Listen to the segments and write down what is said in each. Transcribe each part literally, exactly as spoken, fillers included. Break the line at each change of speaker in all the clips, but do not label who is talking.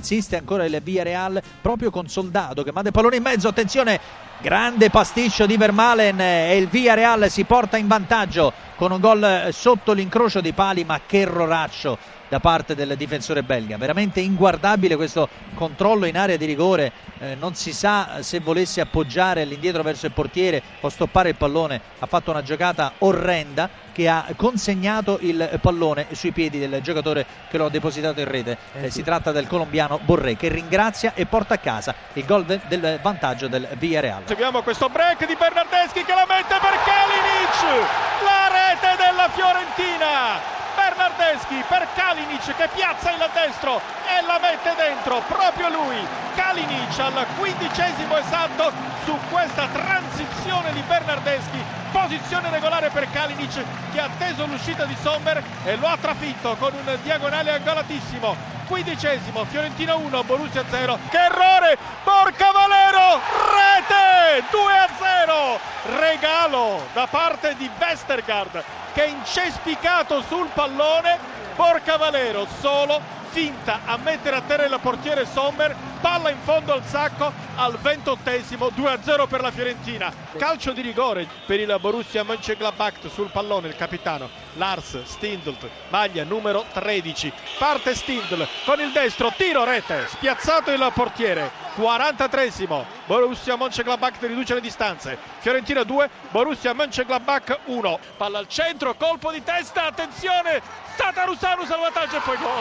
insiste ancora il Villarreal proprio con Soldado che manda il pallone in mezzo, attenzione, grande pasticcio di Vermaelen e il Villarreal si porta in vantaggio con un gol sotto l'incrocio dei pali, ma che erroraccio da parte del difensore belga, veramente inguardabile questo controllo in area di rigore, eh, non si sa se volesse appoggiare all'indietro verso il portiere o stoppare il pallone, ha fatto una giocata orrenda che ha consegnato il pallone sui piedi del giocatore che lo ha depositato in rete, eh, si tratta del colombiano Borré che ringrazia e porta a casa il gol de- del vantaggio del Villarreal.
Seguiamo questo break di Bernardeschi che la mette per Kalinic, la rete della Fiorentina. Bernardeschi per Kalinic che piazza il destro e la mette dentro, proprio lui, Kalinic al quindicesimo esatto su questa transizione di Bernardeschi, posizione regolare per Kalinic che ha atteso l'uscita di Sommer e lo ha trafitto con un diagonale angolatissimo. Quindicesimo, Fiorentina uno, Borussia zero, che errore, Borca Valero, rete, due a zero, regalo da parte di Vestergaard che è incespicato sul pallone, Borca Valero solo, finta a mettere a terra il portiere Sommer, palla in fondo al sacco al ventottesimo, due a zero per la Fiorentina. Calcio di rigore per il Borussia Mönchengladbach, sul pallone il capitano Lars Stindl, maglia numero tredici, parte Stindl con il destro, tiro, rete, spiazzato il portiere. quarantatreesimo, Borussia Mönchengladbach riduce le distanze, Fiorentina due, Borussia Mönchengladbach uno, palla al centro, colpo di testa, attenzione, Tatarusanu, salvataggio e poi gol.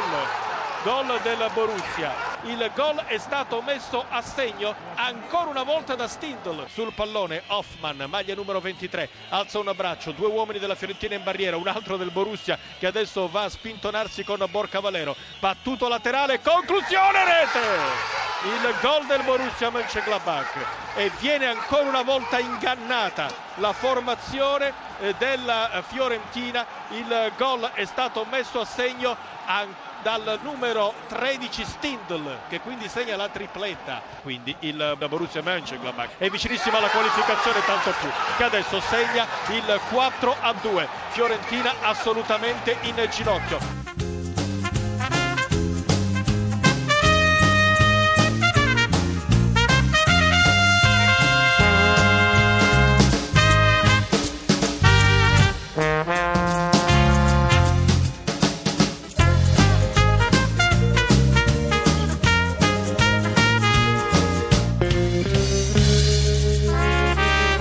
Gol del Borussia, il gol è stato messo a segno ancora una volta da Stindl sul pallone. Hoffmann, maglia numero ventitré, alza un braccio, due uomini della Fiorentina in barriera, un altro del Borussia che adesso va a spintonarsi con Borca Valero, battuto laterale, conclusione, rete! Il gol del Borussia Mönchengladbach e viene ancora una volta ingannata la formazione della Fiorentina. Il gol è stato messo a segno anche dal numero tredici Stindl che quindi segna la tripletta, quindi il Borussia Mönchengladbach è vicinissimo alla qualificazione, tanto più che adesso segna il quattro a due, Fiorentina assolutamente in ginocchio.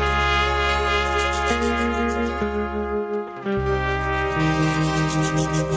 Thank you.